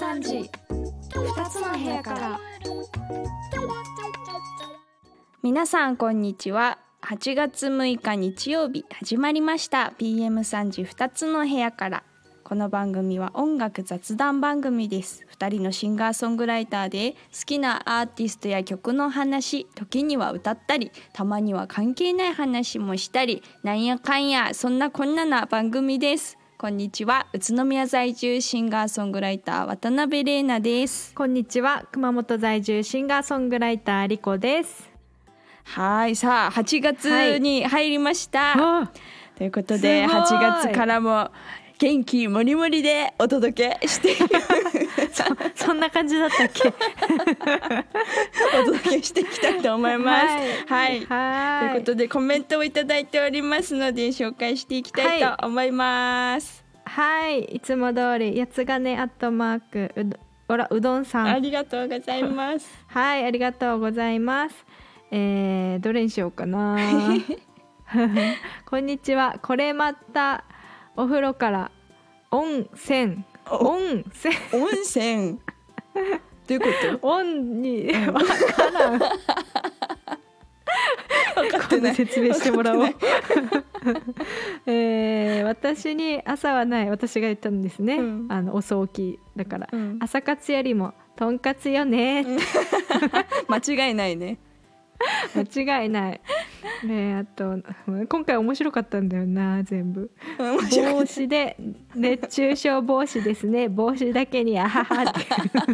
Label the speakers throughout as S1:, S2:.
S1: 3時2つの部屋から。皆さんこんにちは。8月6日日曜日始まりました PM3 時2つの部屋から。この番組は音楽雑談番組です。2人のシンガーソングライターで好きなアーティストや曲の話、時には歌ったり、たまには関係ない話もしたり、なんやかんやそんなこんなな番組です。こんにちは。宇都宮在住シンガーソングライター渡辺玲奈です。
S2: こんにちは。熊本在住シンガーソングライターリコです。
S1: はい、さあ8月に入りました、ということで8月からも元気もりもりでお届けして
S2: そんな感じだったっけ
S1: お届けしていきたいと思います。はい、ということでコメントをいただいておりますので紹介していきたいと思います。
S2: はい、いつも通りやつがね@うどんさん、
S1: ありがとうございます。
S2: はい、ありがとうございます。どれにしようかなこんにちは。これまたお風呂から温泉
S1: どういうこと
S2: オンに分からん
S1: 分かってない。
S2: 説明してもらおう私に朝はない。私が言ったんですね、遅起きだから、朝活よりもとんかつよね、
S1: 間違いないね。
S2: 間違いない。あと今回面白かったんだよな。全部帽子で熱中症防止ですね。帽子だけにあははって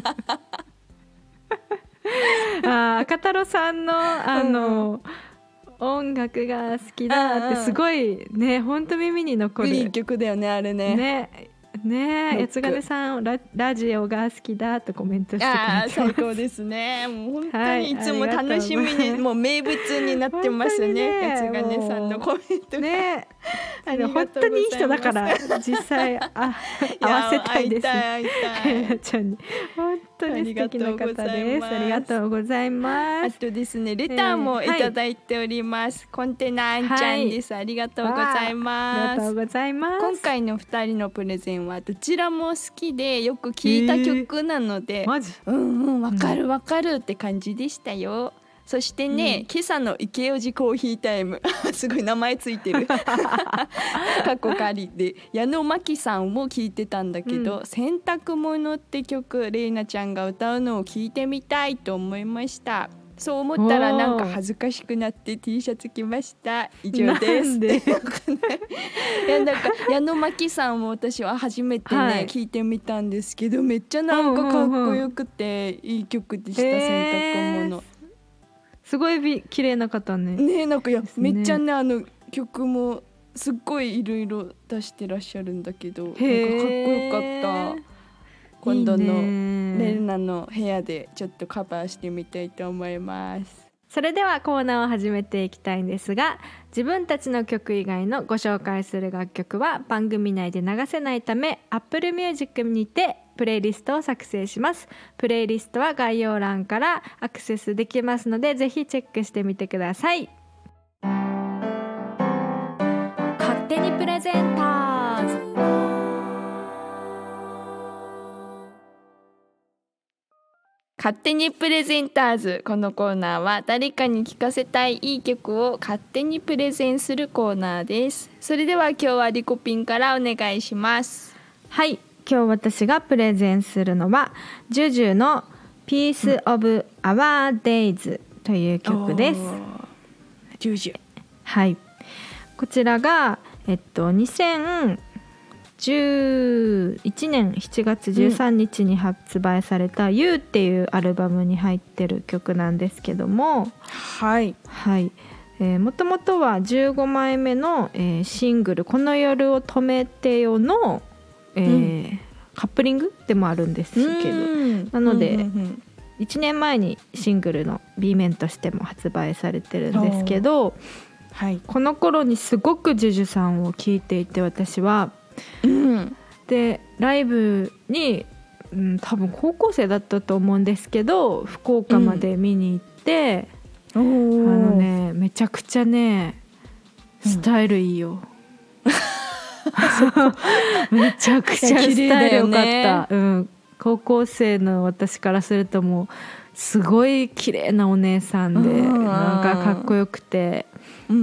S2: 赤太郎さんの、音楽が好きだってすごいね、ほんと耳に残る
S1: いい曲だよね、あれね。
S2: 八ヶ根さん ラジオが好きだとコメントしてくれてます。
S1: 最高ですね。もう本当にいつも楽しみに、もう名物になってますね。八ヶ根さんのコメントね。
S2: 本当にいい人だから実際合わせたいですね。ちゃんに本当に素敵な方です。ありがとうございます。
S1: あとですね、レターもいただいております。コンテナンちゃんです。ありがとうございます。
S2: ありがとうございます。
S1: 今回の2人のプレゼンはどちらも好きでよく聴いた曲なので、
S2: マジ？
S1: わかるわかるって感じでしたよ。そしてね、今朝の池オジコーヒータイムすごい名前ついてる過去仮で矢野真紀さんも聴いてたんだけど、洗濯物って曲レイナちゃんが歌うのを聞いてみたいと思いました。そう思ったらなんか恥ずかしくなって T シャツ着ました。以上です。いやなんか矢野真紀さんも私は初めてね、聞いてみたんですけど、めっちゃなんかかっこよくていい曲でした。洗濯物
S2: すごい綺麗な方ね。
S1: なんかめっちゃね、曲もすっごいいろいろ出してらっしゃるんだけど、なんかかっこよかった。今度のレルナの部屋でちょっとカバーしてみたいと思います。
S2: それではコーナーを始めていきたいんですが、自分たちの曲以外のご紹介する楽曲は番組内で流せないため Apple Music にてプレイリストを作成します。プレイリストは概要欄からアクセスできますので、ぜひチェックしてみてください。勝手にプレゼンターズ。
S1: 勝手にプレゼンターズ。このコーナーは誰かに聴かせたいいい曲を勝手にプレゼンするコーナーです。それでは今日はリコピンからお願いします。
S2: はい、今日私がプレゼンするのはジュジュの Piece of Our Days という曲です。
S1: ジュジュ、
S2: はい、こちらが、2011年7月13日に発売された You っていうアルバムに入ってる曲なんですけども、もともとは15枚目の、シングルこの夜を止めてよの、カップリングでもあるんですけど、なので、1年前にシングルの B 面としても発売されてるんですけど、この頃にすごくジュジュさんを聴いていて、私はでライブに、多分高校生だったと思うんですけど、福岡まで見に行って、めちゃくちゃねスタイルいいよ、めちゃくちゃスタイル良かった、 高校生の私からするともうすごい綺麗なお姉さんでなんかかっこよくて、
S1: うんうん、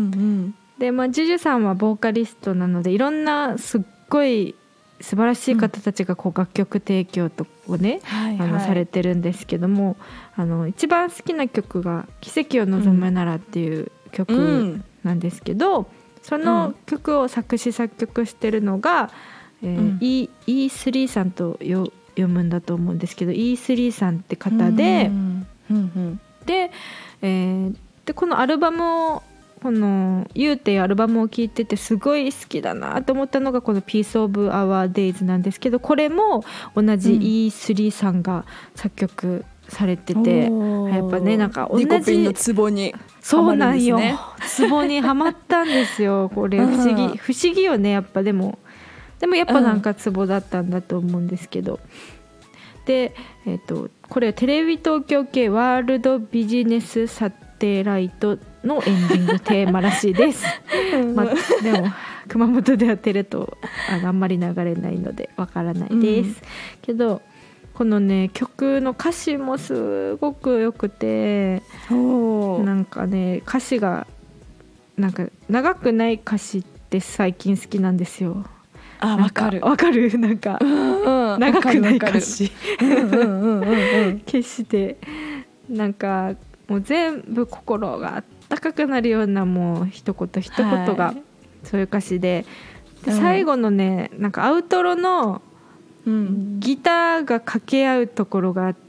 S2: でジュジュさんはボーカリストなのでいろんなすっごい素晴らしい方たちがこう楽曲提供をね、されてるんですけども、一番好きな曲が「奇跡を望むなら」っていう曲なんですけど、その曲を作詞作曲してるのが、E3 さんと読むんだと思うんですけど E3 さんって方で、でこのアルバムをこの「You」っていうアルバムを聴いててすごい好きだなと思ったのがこの「Piece of Our Days」なんですけど、これも同じ E3 さんが作曲されてて、やっぱねなんか同じ
S1: リコピンのツボにハマるんですね。
S2: そうなんよ、ツボにはまったんですよこれ不思議よね。やっぱでもやっぱなんかツボだったんだと思うんですけど、で、これはテレビ東京系ワールドビジネスサテライトのエンディングテーマらしいです、でも熊本ではテレ東あんまり流れないのでわからないです、けどこのね曲の歌詞もすごくよくて、なんかね歌詞がなんか長くない歌詞って最近好きなんですよ。
S1: わかる
S2: なんか、長くない歌詞決してなんかもう全部心があったかくなるようなもう一言一言がそういう歌詞で、最後のねなんかアウトロのギターが掛け合うところがあって、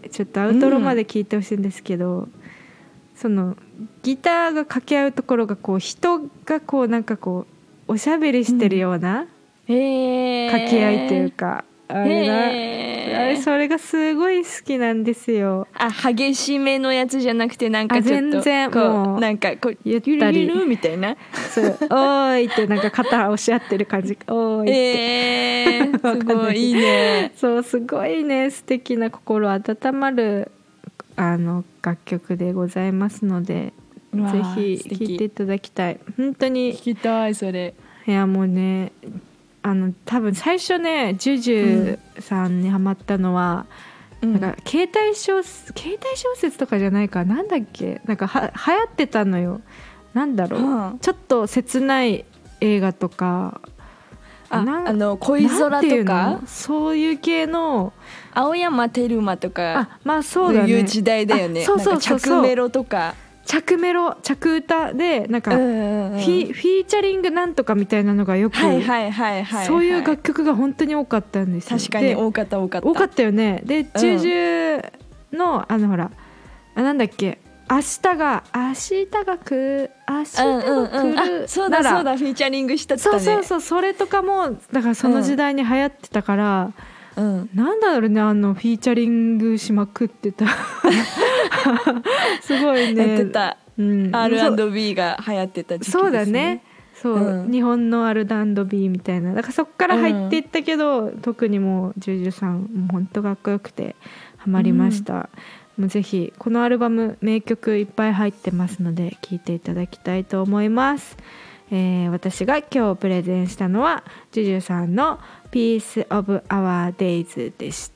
S2: ちょっとアウトロまで聞いてほしいんですけど、そのギターが掛け合うところがこう人がこうなんかこうおしゃべりしてるような掛け合いというか、あれそれがすごい好きなんですよ。
S1: 激しめのやつじゃなくてなんかちょっと
S2: 全然もう
S1: なんかこう
S2: ゆったり
S1: ゆるみたいな
S2: そうおーいってなんか肩押し合ってる感じおーいって、
S1: すごいいいね。
S2: そうすごいね素敵な心温まる楽曲でございますので、ぜひ聴いていただきたい。本当に
S1: 聴きたいそれ。
S2: いやもうね多分最初ねジュジュさんにハマったのは、なんか携帯小説とかじゃないかなんだっけ、なんか流行ってたのよ。なんだろう、ちょっと切ない映画とか
S1: 恋空とか
S2: そういう系の
S1: 青山テルマとか
S2: そうだね、
S1: いう時代だよね。
S2: そう
S1: 着メロとか
S2: 着歌でなんかフィーチャリングなんとかみたいなのがよくそういう楽曲が本当に多かったんですよ。
S1: 確かに多かった
S2: よね。でジュジュのほらなんだっけ、明日が来る
S1: そうだフィーチャリングしたってね。
S2: そうそれとかもだからその時代に流行ってたから、なんだろうねフィーチャリングしまくってたすごいね
S1: やってた、R&B が流行ってた時期ですね。
S2: そうだねそう、日本の R&B みたいな、だからそっから入っていったけど、特にもうジュジュさんもう本当かっこよくてハマりました、もうぜひこのアルバム名曲いっぱい入ってますので聴いていただきたいと思います。私が今日プレゼンしたのはジュジュさんの Piece of Our Days でした。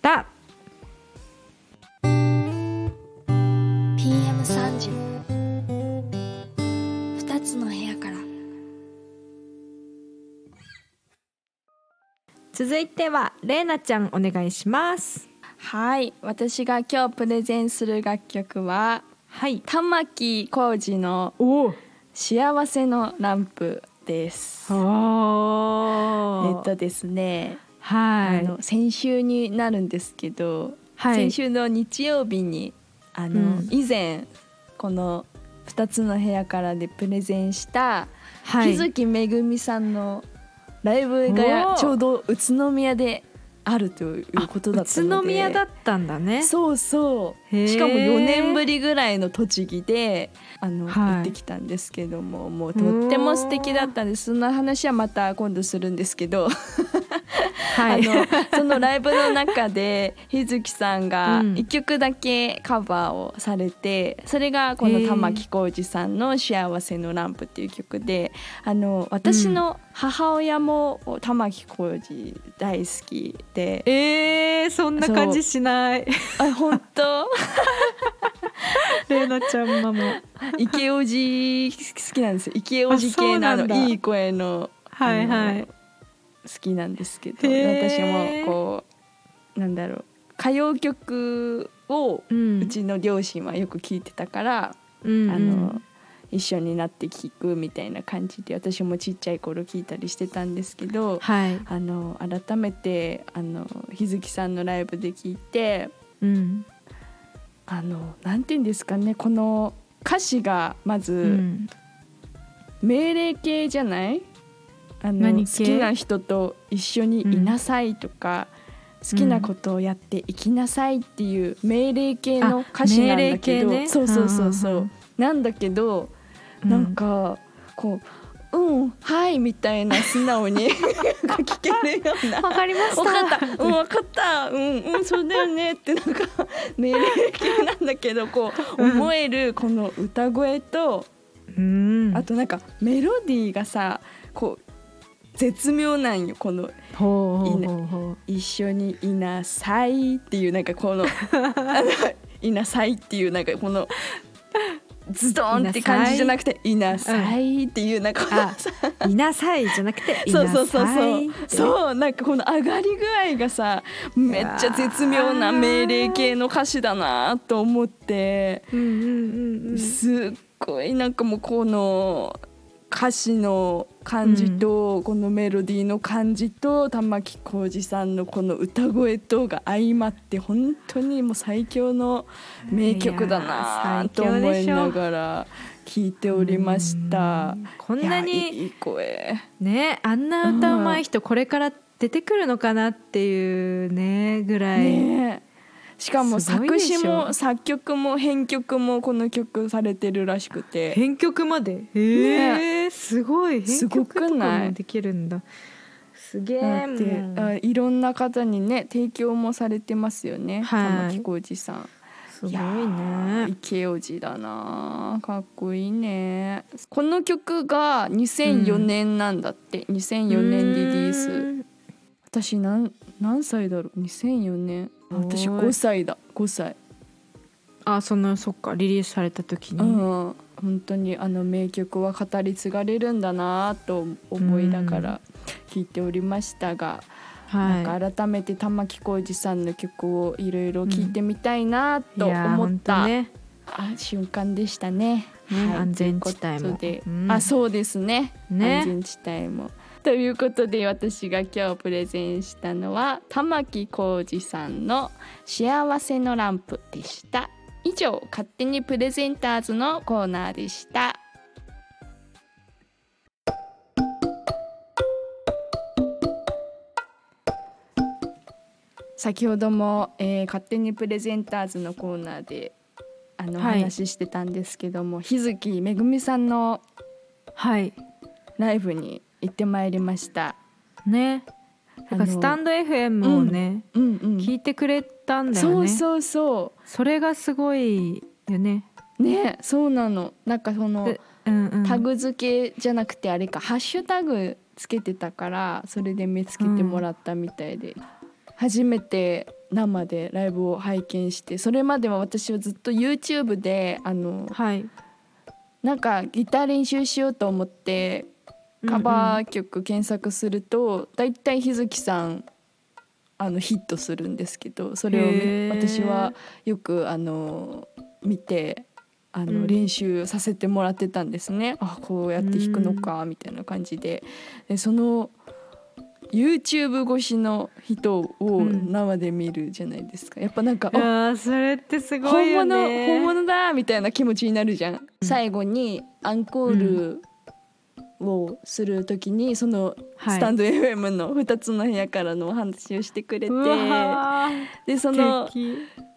S3: PM30 2つの部屋から。
S2: 続いてはレイナちゃんお願いします。
S1: はい、私が今日プレゼンする楽曲は、玉置浩二の幸せのランプです。ですね、先週になるんですけど、先週の日曜日に以前この2つの部屋からでプレゼンした日月めぐみさんのライブがちょうど宇都宮であるということだったので。
S2: 宇都宮だったんだね。
S1: そうしかも4年ぶりぐらいの栃木で行ってきたんですけども、もうとっても素敵だったんです。そんな話はまた今度するんですけど
S2: はい、
S1: そのライブの中で日月さんが1曲だけカバーをされて、それがこの玉置浩二さんの幸せのランプっていう曲で、私の母親も玉置浩二大好きで、
S2: そんな感じしない。
S1: 本当
S2: レイナちゃんママ
S1: 池オジ好きなんですよ。池オジ系いい声の、
S2: はいはい、
S1: 好きなんですけど、私もこうなんだろう、歌謡曲をうちの両親はよく聞いてたから、一緒になって聞くみたいな感じで、私もちっちゃい頃聞いたりしてたんですけど、
S2: はい、
S1: 改めて日月さんのライブで聞いて、なんて言うんですかね、この歌詞がまず、命令形じゃない？好きな人と一緒にいなさいとか、好きなことをやっていきなさいっていう命令形の歌詞なんだけど、ね、そうなんだけど、なんかこうはいみたいな素直に聞けるような
S2: わかりました、
S1: 分かったそうだよねってなんか命令形なんだけど、こう思えるこの歌声と、あとなんかメロディーがさ、こう絶妙なんよ。この一緒にいなさいっていうなんかこのいなさいっていうなんかこのズドンって感じじゃなくて、いなさいっていうなんか
S2: いなさいじゃなくていなさい、
S1: そうなんかこの上がり具合がさ、めっちゃ絶妙な命令系の歌詞だなと思って、すっごいなんかもうこの歌詞の感じと、このメロディーの感じと玉置浩二さんのこの歌声とが相まって、本当にもう最強の名曲だなと思いながら聴いておりました。
S2: こんなに
S1: いい声
S2: ね、あんな歌うまい人これから出てくるのかなっていうねぐらい、ね、
S1: しかも作詞も作曲も編曲もこの曲されてるらしくて、
S2: 編曲まで、すごい、編曲とかもできるんだ。すげえ。
S1: いろんな方にね提供もされてますよね、玉置浩二さん。
S2: すごいね、
S1: 池オジだな、かっこいいね。この曲が2004年なんだって、2004年リリース。私何歳だろう、2004年、私5歳だ、5歳。
S2: そっか、リリースされた時に、
S1: 本当に名曲は語り継がれるんだなと思いながら聴いておりましたが、なんか改めて玉置浩二さんの曲をいろいろ聴いてみたいなと思った、瞬間でしたね。
S2: 安全地帯も、
S1: そうですね、安全地帯も。ということで、私が今日プレゼンしたのは玉置浩二さんの幸せのランプでした。以上、勝手にプレゼンターズのコーナーでした。先ほども、勝手にプレゼンターズのコーナーでお話ししてたんですけども、日月めぐみさんのライブに行ってまいりました
S2: ね。だからスタンド FM をね、聞いてくれたんだよね。
S1: そう
S2: それがすごいよね。
S1: ね、そうなの。なんかその、タグ付けじゃなくてあれか、ハッシュタグつけてたから、それで見つけてもらったみたいで、初めて生でライブを拝見して、それまでは私はずっと YouTube でなんかギター練習しようと思ってカバー曲検索すると、だいたい日月さんヒットするんですけど、それを私はよく見て練習させてもらってたんですね。こうやって弾くのかみたいな感じで、その YouTube 越しの人を生で見るじゃないですか。やっぱなんか
S2: それってすごいよね。
S1: 本物だみたいな気持ちになるじゃん。最後にアンコールをする時に、そのスタンド FM の2つの部屋からのお話をしてくれて、でその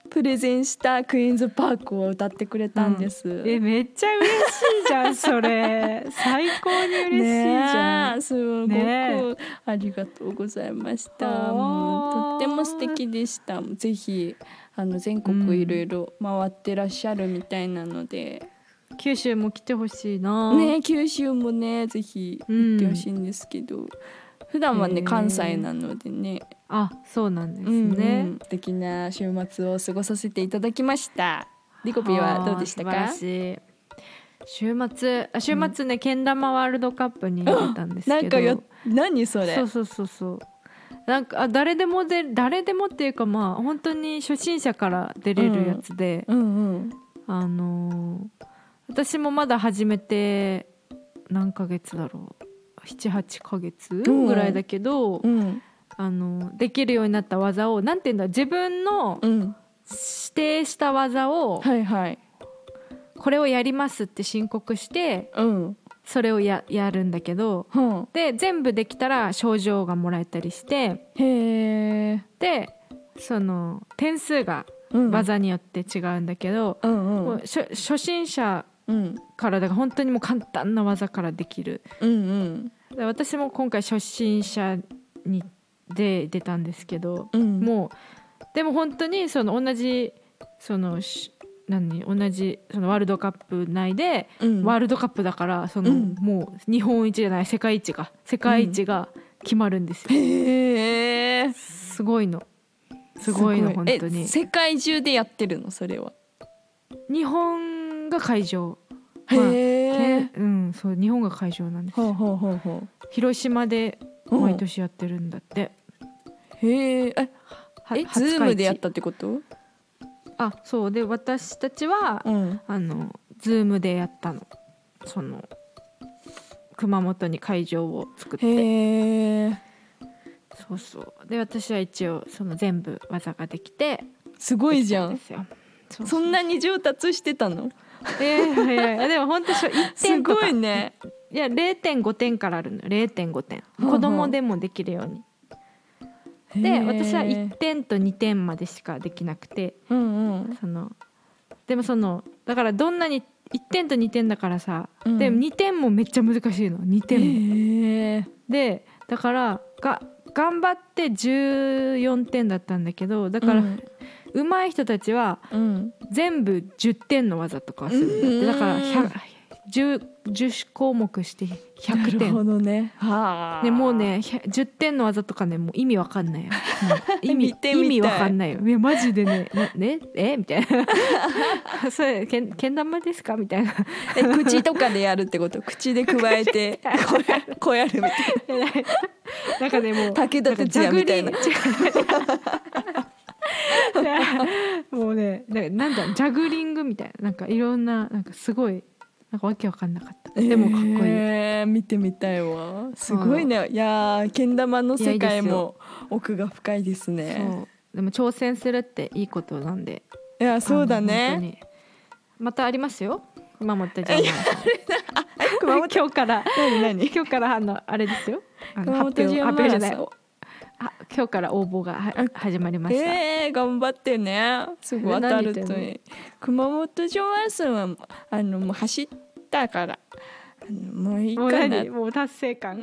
S1: プレゼンしたクイーンズパークを歌ってくれたんです、
S2: めっちゃ嬉しいじゃんそれ最高に嬉しいじゃん、
S1: すごくありがとうございました、とっても素敵でした。ぜひ全国いろいろ回ってらっしゃるみたいなので、
S2: 九州も来てほしいな
S1: ね。九州もねぜひ行ってほしいんですけど、普段はね関西なのでね。
S2: あ、そうなんですね、
S1: 素敵な週末を過ごさせていただきました。リコピーはどうでしたか？
S2: 素晴らしい。週末ね、けん玉ワールドカップに出たんですけど、
S1: 何それ？
S2: そうなんか誰でもっていうか、まあ本当に初心者から出れるやつで、私もまだ始めて何ヶ月だろう、7-8ヶ月ぐらいだけど、できるようになった技をなんていうんだ、自分の指定した技を、これをやりますって申告して、それを やるんだけど、で全部できたら賞状がもらえたりして、でその点数が技によって違うんだけど、もう初心者からだから本当にもう簡単な技からできる、で私も今回初心者にで出たんですけど、もうでも本当に同じそのワールドカップ内で、ワールドカップだからもう日本一じゃない世界一が決まるんですよ。すごいの本当に。
S1: 世界中でやってるの？それは
S2: 日本が会場、そう日本が会場なんです。広島で毎年やってるんだって。
S1: ズームでやったってこと？
S2: あ、そうで、私たちは、ズームでやったの。熊本に会場を作って、そうで私は一応全部技ができて、
S1: すごいじゃん。そんなに上達してたの？
S2: でも本当1点とか、
S1: すごいね。
S2: いや 0.5 点からあるの。0.5 点、子供でもできるように。で私は1点と2点までしかできなくて、でもだからどんなに1点と2点だからさ、でも2点もめっちゃ難しいの。2点もで、だから頑張って14点だったんだけど、だから上手い人たちは全部10点の技とかするんだって。だから10項目して100点。なるほどね。でもうね10点の技とかね、もう意味わかんないよ。意味わかんないよ。いやマジでねみたいなそれけん玉ですかみたいな。
S1: 口とかでやるってこと？口で加えてこうやるみたいな。
S2: なんかね、もう
S1: 武田鉄矢みたいな。
S2: もうね、なんだジャグリングみたいな、なんかいろんな、なんかすごいなんかわけわかんなかった。でもかっこいい。
S1: 見てみたいわ。すごいね。いやけん玉の世界も奥が深いですね。
S2: でも挑戦するっていいことなんで。
S1: いやそうだね。
S2: またありますよ、熊本じゃない今日から今日からあれですよ、
S1: 熊本じゃない。
S2: 今日から応募が始まりました。
S1: 頑張ってね。すぐ当たるといい。熊本城アスはもう走ったからもういいかな。
S2: もう達成感。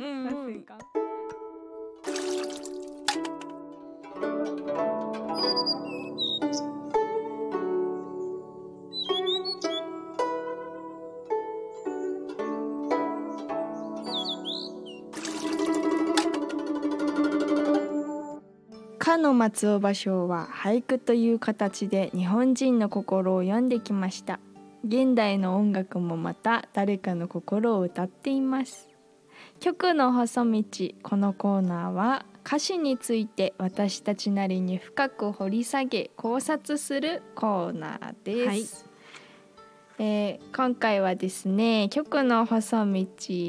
S1: かの松尾芭蕉は俳句という形で日本人の心を読んできました。現代の音楽もまた誰かの心を歌っています。曲の細道、このコーナーは歌詞について私たちなりに深く掘り下げ考察するコーナーです。今回はですね、曲の細道、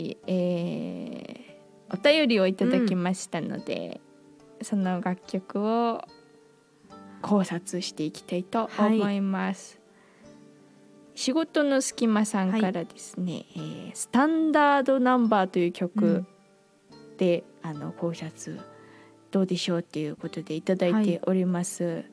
S1: お便りをいただきましたので、その楽曲を考察していきたいと思います。仕事の隙間さんからですね、スタンダードナンバーという曲で、考察どうでしょうっていうことでいただいております。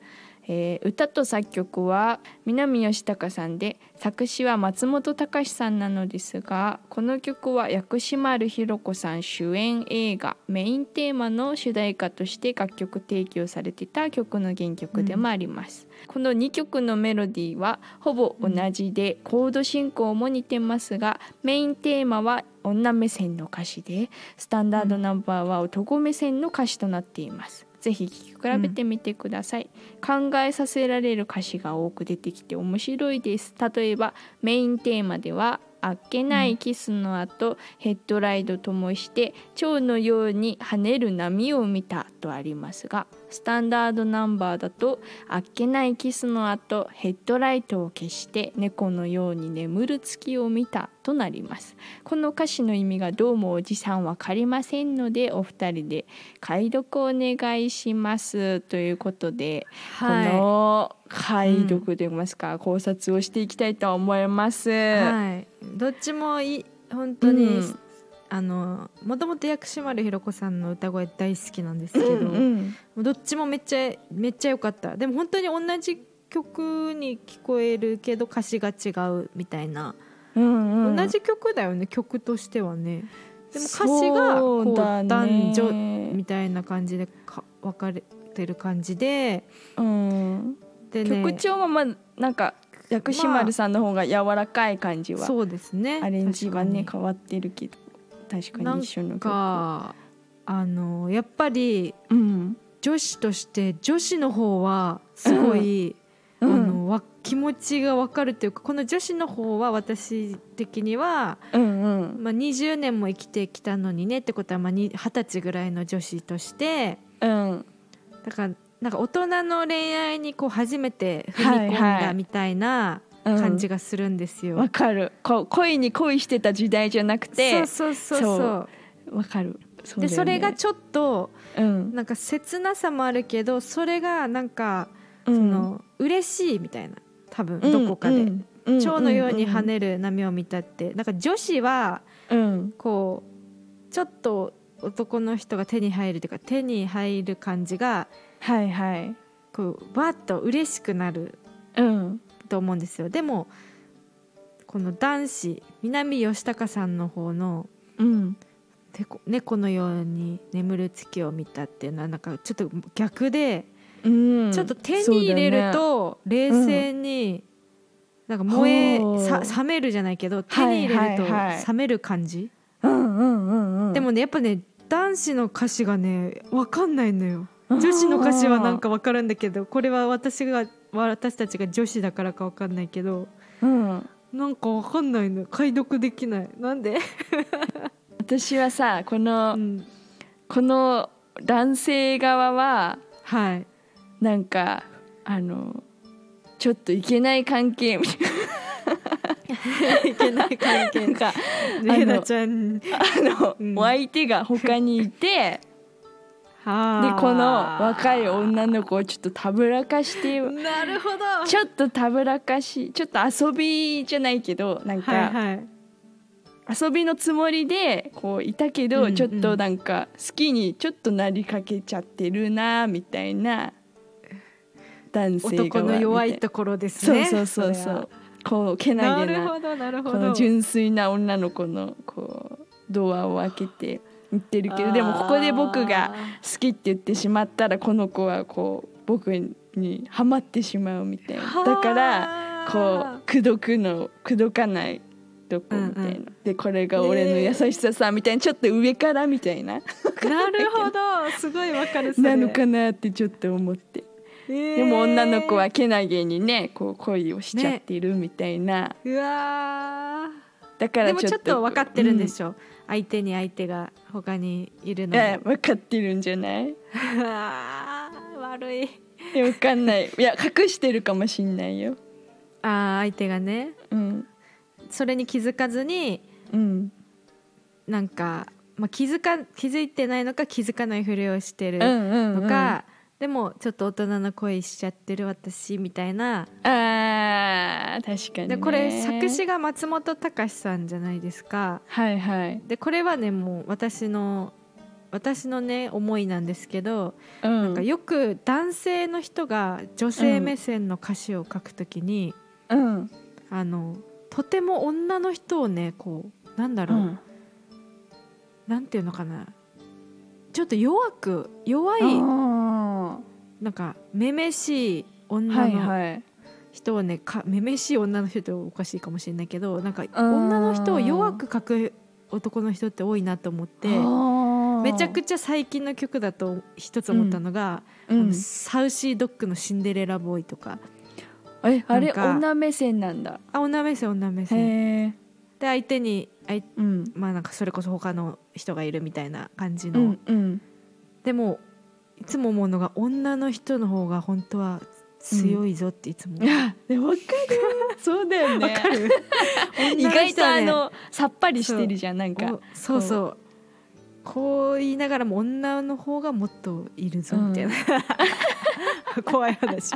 S1: 歌と作曲は南吉高さんで、作詞は松本隆さんなのですが、この曲は薬師丸ひろ子さん主演映画メインテーマの主題歌として楽曲提供されていた曲の原曲でもあります、この2曲のメロディーはほぼ同じで、コード進行も似てますが、メインテーマは女目線の歌詞で、スタンダードナンバーは男目線の歌詞となっています。ぜひ聴き比べてみてください、考えさせられる歌詞が多く出てきて面白いです。例えばメインテーマではあっけないキスの後、ヘッドライトともして蝶のように跳ねる波を見たとありますが、スタンダードナンバーだとあっけないキスの後ヘッドライトを消して猫のように眠る月を見たとなります。この歌詞の意味がどうもおじさんわかりませんので、お二人で解読お願いしますということで、
S2: はい、
S1: この解読といいますか、考察をしていきたいと思います、
S2: はい、どっちも本当に、もともと薬師丸ひろ子さんの歌声大好きなんですけど、どっちもめっちゃ良かった。でも本当に同じ曲に聞こえるけど歌詞が違うみたいな、同じ曲だよね、曲としてはね。でも歌詞がこう男女みたいな感じで分かれてる感じで、でね、
S1: 曲調はなんか薬師丸さんの方が柔らかい感じは、
S2: そうですね、
S1: アレンジはね変わってるけど、確かに一緒の曲。
S2: なんかやっぱり、女子として女子の方はすごい、気持ちが分かるというか、この女子の方は私的には、20年も生きてきたのにねってことは、20歳ぐらいの女子として、だからなんか大人の恋愛にこう初めて踏み込んだみたいな感じがするんですよ。
S1: わかる。恋に恋してた時代じゃなくて、
S2: そう
S1: わかる。
S2: でそれがちょっと、なんか切なさもあるけど、それがなんか嬉しいみたいな、多分どこかで、蝶のように跳ねる波を見たって、なんか女子はこうちょっと男の人が手に入るというか、手に入る感じがこうバッと嬉しくなると思うんですよ。でもこの男子南吉高さんの方の、猫のように眠る月を見たっていうのはなんかちょっと逆で、ちょっと手に入れると冷静になんか冷めるじゃないけど、手に入れると冷める感じ、でもねやっぱね男子の歌詞がね分かんないのよ。女子の歌詞はなんか分かるんだけど、これは私たちが女子だからか分かんないけど、なんか分かんないの、解読できない。なんで
S1: 私はさ、この男性側は、なんかちょっといけない関係みたいないけない関係か、レイナちゃんお相手が他にいて、でこの若い女の子をちょっとたぶらかして、
S2: なるほど、
S1: ちょっとたぶらかし、ちょっと遊びじゃないけど、なんか、遊びのつもりでこういたけど、ちょっとなんか好きにちょっとなりかけちゃってるなみたいな男性が、
S2: 男の弱いところですね。
S1: そうこうけなげなこの純粋な女の子のこうドアを開けて言ってるけど、でもここで僕が好きって言ってしまったら、この子はこう僕にハマってしまうみたいな。だからこう口説かないとこみたいな、でこれが俺の優しささみたいな、ちょっと上からみたいな、
S2: なるほど、すごいわかる、それ
S1: なのかなってちょっと思って、でも女の子はけなげにねこう恋をしちゃってるみたいな、
S2: うわ
S1: だから
S2: でもちょっと分かってるんでしょ、相手が他にいるのも
S1: 分かってるんじゃない？
S2: 悪い。
S1: 分かんない、いや隠してるかもしんないよ。
S2: 相手がね、それに気づかずに、なんか、気づいてないのか気づかないふりをしてるのか、でもちょっと大人の恋しちゃってる私みたいな。
S1: 確かにね。
S2: でこれ作詞が松本隆さんじゃないですか。でこれはねもう私の私のね思いなんですけど、
S1: なん
S2: かよく男性の人が女性目線の歌詞を書くときに、とても女の人をねこうなんだろう、なんていうのかな、ちょっと弱いなんかめめしい女の人をね、めめしい女の人っておかしいかもしれないけど、なんか女の人を弱く書く男の人って多いなと思って、めちゃくちゃ最近の曲だと一つ思ったのが、サウシードッグのシンデレラボーイとか。
S1: あれ女目線なんだ。
S2: 女目線で相手にまあなんかそれこそ他の人がいるみたいな感じの、でもいつも思うのが女の人の方が本当は強いぞっていつも、
S1: で分かるそうだよね。
S2: 分かる
S1: 意外とさっぱりしてるじゃん。なんか
S2: そうこう言いながらも女の方がもっといるぞみたいな、怖い話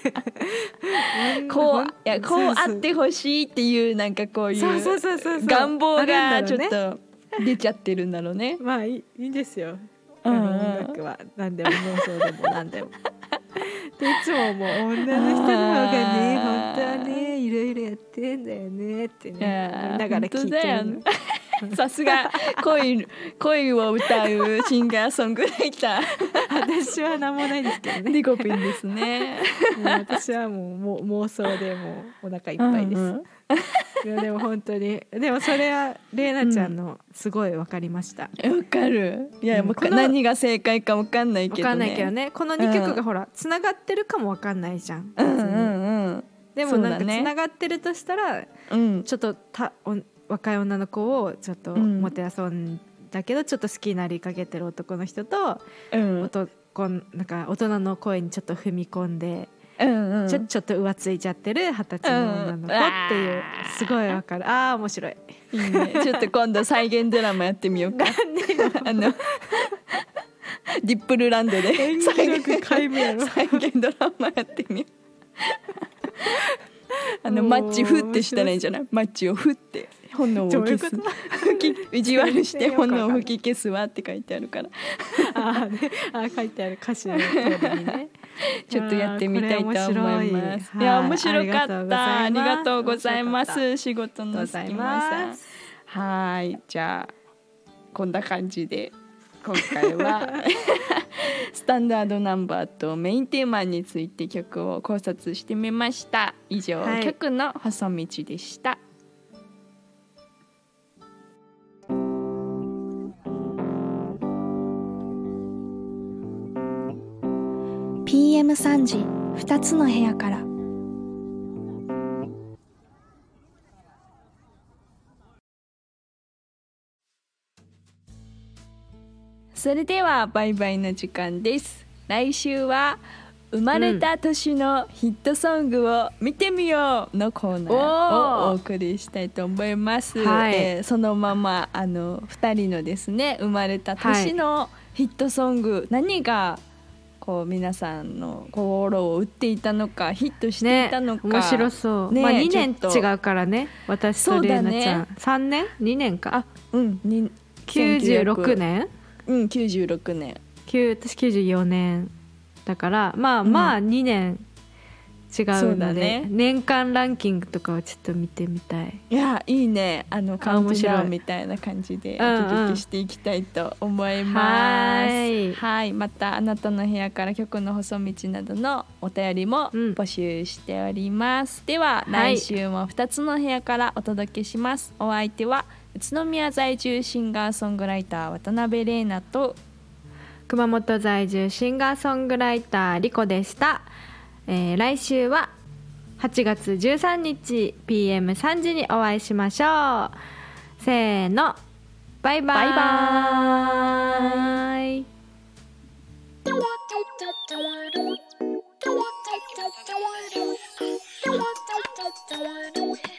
S2: こうあってほしいっていうなんかこういう願望がちょっと出ちゃってるんだろうね。まあいいんですよ、音楽は何でも妄想でも何でもでいつももう女の人の方がね本当はねいろいろやってんだよねってね思いながら聞いてる。
S1: さすが恋を歌うシンガーソングライター
S2: 私は何もないですけどね。
S1: リコピンですね。
S2: もう私はもう妄想でもうお腹いっぱいです、いやでも本当にでもそれはレイナちゃんのすごい分かりました。
S1: 分かる。いやもう何が正解か分かんないけどね。
S2: 分かんないけどね、この2曲がほらつながってるかも分かんないじゃん。でもなんかつながってるとしたら、ちょっと若い女の子をちょっともてあそんだけどちょっと好きになりかけてる男の人と、なんか大人の声にちょっと踏み込んで、ちょっと浮ついちゃってる20歳の女の子っていう、すごいわかる。面白い。
S1: いいね。ちょっと今度再現ドラマやってみようか。ディップルランドで再現ドラマやってみよう。マッチフってしたらいいんじゃない？マッチをフって炎を消す、意地悪して炎を吹き消すわって書いてあるから
S2: 書いてある歌詞の通りにね
S1: ちょっとやってみたいと思います。いや面白かった。ありがとうございます。仕事の隙間さん。はい、じゃあこんな感じで今回はスタンダードナンバーとメインテーマについて曲を考察してみました。以上、曲の細道でした。
S3: PM3 時2つの部屋から。
S1: それではバイバイの時間です。来週は生まれた年のヒットソングを見てみようのコーナーをお送りしたいと思います。そのまま2人のですね生まれた年のヒットソング、何がこう皆さんの心を打っていたのか、ヒットしていたのか、
S2: 面白そう、まあ、2年違うからね、私とレイナちゃん、3年2年か、96年
S1: 96年、
S2: 私94年だから、まあ2年違うので、年間ランキングとかをちょっと見てみたい。
S1: いやいいね、カウントダウンみたいな感じでお聞きしていきたいと思います。はい、またあなたの部屋から曲の細道などのお便りも募集しております。では来週も2つの部屋からお届けします。お相手は宇都宮在住シンガーソングライター渡辺玲奈と
S2: 熊本在住シンガーソングライターリコでした。来週は8月13日 PM3 時にお会いしましょう。せーの、バイバイ。バイバイ。